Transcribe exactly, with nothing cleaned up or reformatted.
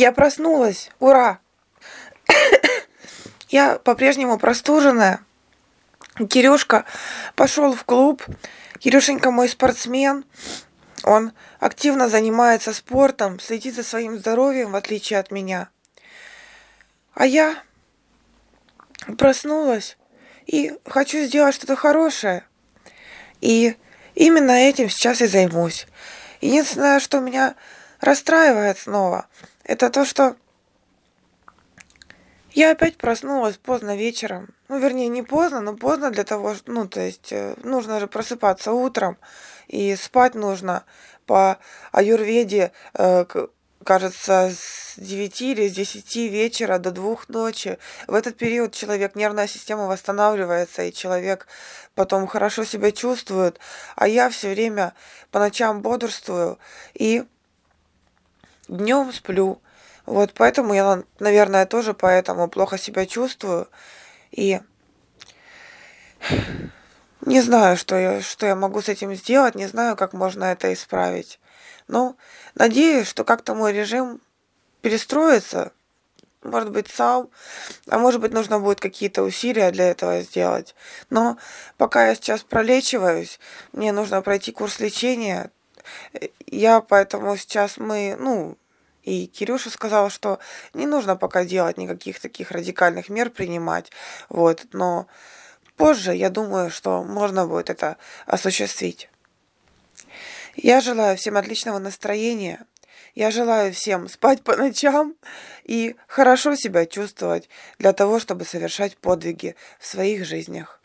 Я проснулась. Ура! Я по-прежнему простуженная. Кирюшка пошел в клуб. Кирюшенька мой спортсмен. Он активно занимается спортом, следит за своим здоровьем, в отличие от меня. А я проснулась и хочу сделать что-то хорошее. И именно этим сейчас и займусь. Единственное, что меня расстраивает снова, это то, что я опять проснулась поздно вечером. Ну, вернее, не поздно, но поздно для того, что, ну, то есть, э, нужно же просыпаться утром, и спать нужно по аюрведе, э, к- кажется, с девяти или с десяти вечера до двух ночи. В этот период человек, нервная система восстанавливается, и человек потом хорошо себя чувствует, а я все время по ночам бодрствую и днем сплю. Вот поэтому я, наверное, тоже поэтому плохо себя чувствую. И не знаю, что я, что я могу с этим сделать, не знаю, как можно это исправить. Но надеюсь, что как-то мой режим перестроится, может быть, сам, а может быть, нужно будет какие-то усилия для этого сделать. Но пока я сейчас пролечиваюсь, мне нужно пройти курс лечения. Э, Я поэтому сейчас мы, ну, и Кирюша сказал, что не нужно пока делать никаких таких радикальных мер принимать. Вот, но позже я думаю, что можно будет это осуществить. Я желаю всем отличного настроения. Я желаю всем спать по ночам и хорошо себя чувствовать для того, чтобы совершать подвиги в своих жизнях.